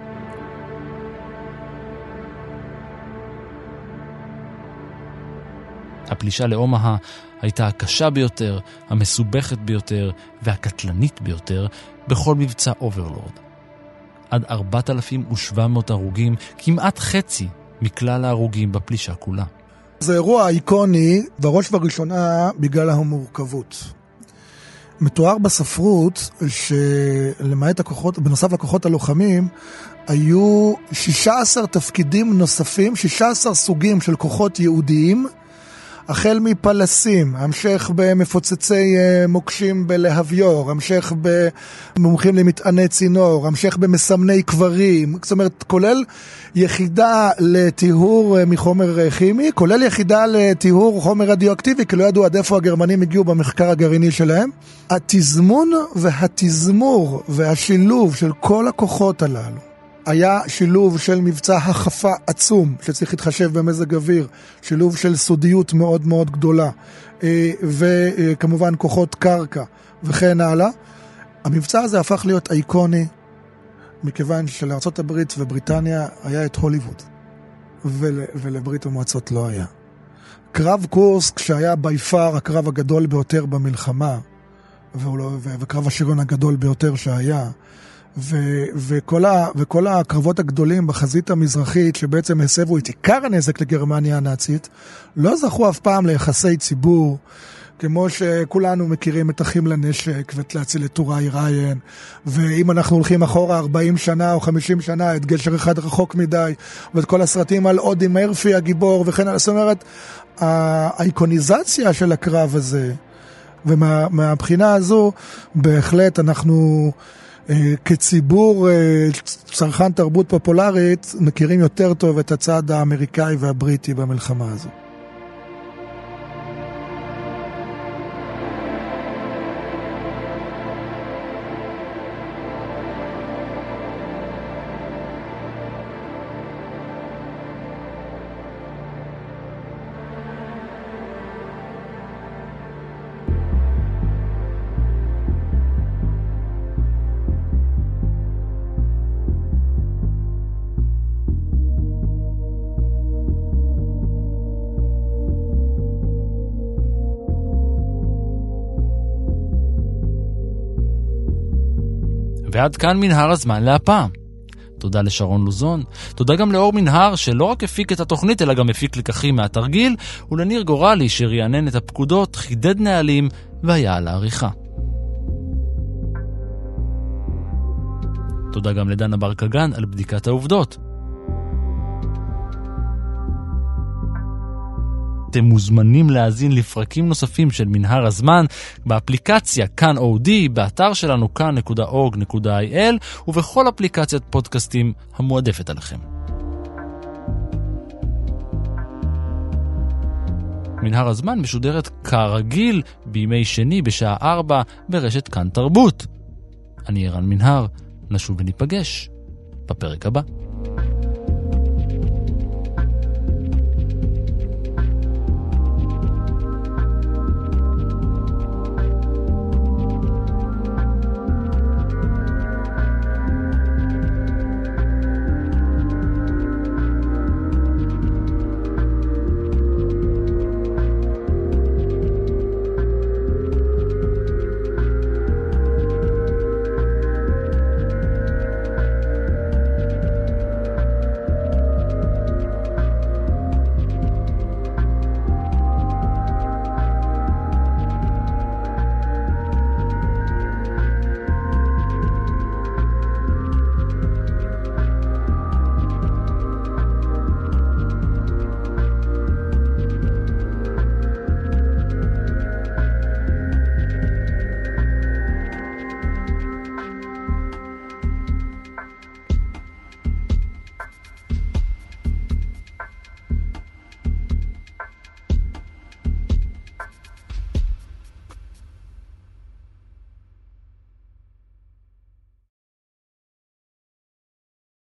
הפלישה לאומהה הייתה הקשה ביותר, המסובכת ביותר והקטלנית ביותר בכל מבצע אוברלורד. עד 4,700 הרוגים, כמעט חצי מכלל ההרוגים בפלישה כולה. זה אירוע איקוני, בראש ובראשונה בגלל המורכבות. מתואר בספרות שלמעט הכוחות, בנוסף לכוחות הלוחמים, היו 16 תפקידים נוספים, 16 סוגים של כוחות יהודיים, החל מפלסים, המשך במפוצצי מוקשים בלהביור, המשך במומחים למטעני צינור, המשך במסמני קברים, זאת אומרת, כולל יחידה לטיהור מחומר כימי, כולל יחידה לטיהור חומר רדיואקטיבי, כי לא ידעו עד איפה הגרמנים הגיעו במחקר הגרעיני שלהם. התזמון והתזמור והשילוב של כל הכוחות הללו, היה שילוב של מבצע החפה עצום, שצריך להתחשב במזג אוויר, שילוב של סודיות מאוד מאוד גדולה, וכמובן כוחות קרקע וכן הלאה. המבצע הזה הפך להיות איקוני, מכיוון שלארצות הברית ובריטניה היה את הוליווד, ולברית המועצות לא היה. קרב קורסק, שהיה ביפר הקרב הגדול ביותר במלחמה, וקרב השריון הגדול ביותר שהיה, וכל הקרבות הגדולים בחזית המזרחית שבעצם הסבו את עיקר הנזק לגרמניה הנאצית, לא זכו אף פעם ליחסי ציבור, כמו שכולנו מכירים את אחים לנשק ואת להציל את טוראי ריין, ואם אנחנו הולכים אחורה 40 שנה או 50 שנה, את גשר אחד רחוק מדי, ואת כל הסרטים על אודי מרפי הגיבור וכן הלאה. זאת אומרת, האיקוניזציה של הקרב הזה, ומהבחינה הזו בהחלט אנחנו כציבור צרכן תרבות פופולרית מכירים יותר טוב את הצד האמריקאי והבריטי במלחמה הזו. ועד כאן מנהר הזמן להפעם. תודה לשרון לוזון, תודה גם לאור מנהר שלא רק הפיק את התוכנית אלא גם הפיק לקחים מהתרגיל, ולניר גורלי שריענן את הפקודות, חידד נהלים והיה על העריכה. תודה גם לדנה ברקגן על בדיקת העובדות. אתם מוזמנים להאזין לפרקים נוספים של מנהר הזמן באפליקציה כאן אודי, באתר שלנו כאן.org.il ובכל אפליקציית פודקאסטים המועדפת עליכם. מנהר הזמן משודרת כרגיל בימי שני בשעה 4 ברשת כאן תרבות. אני ערן מנהר, נשוב וניפגש בפרק הבא.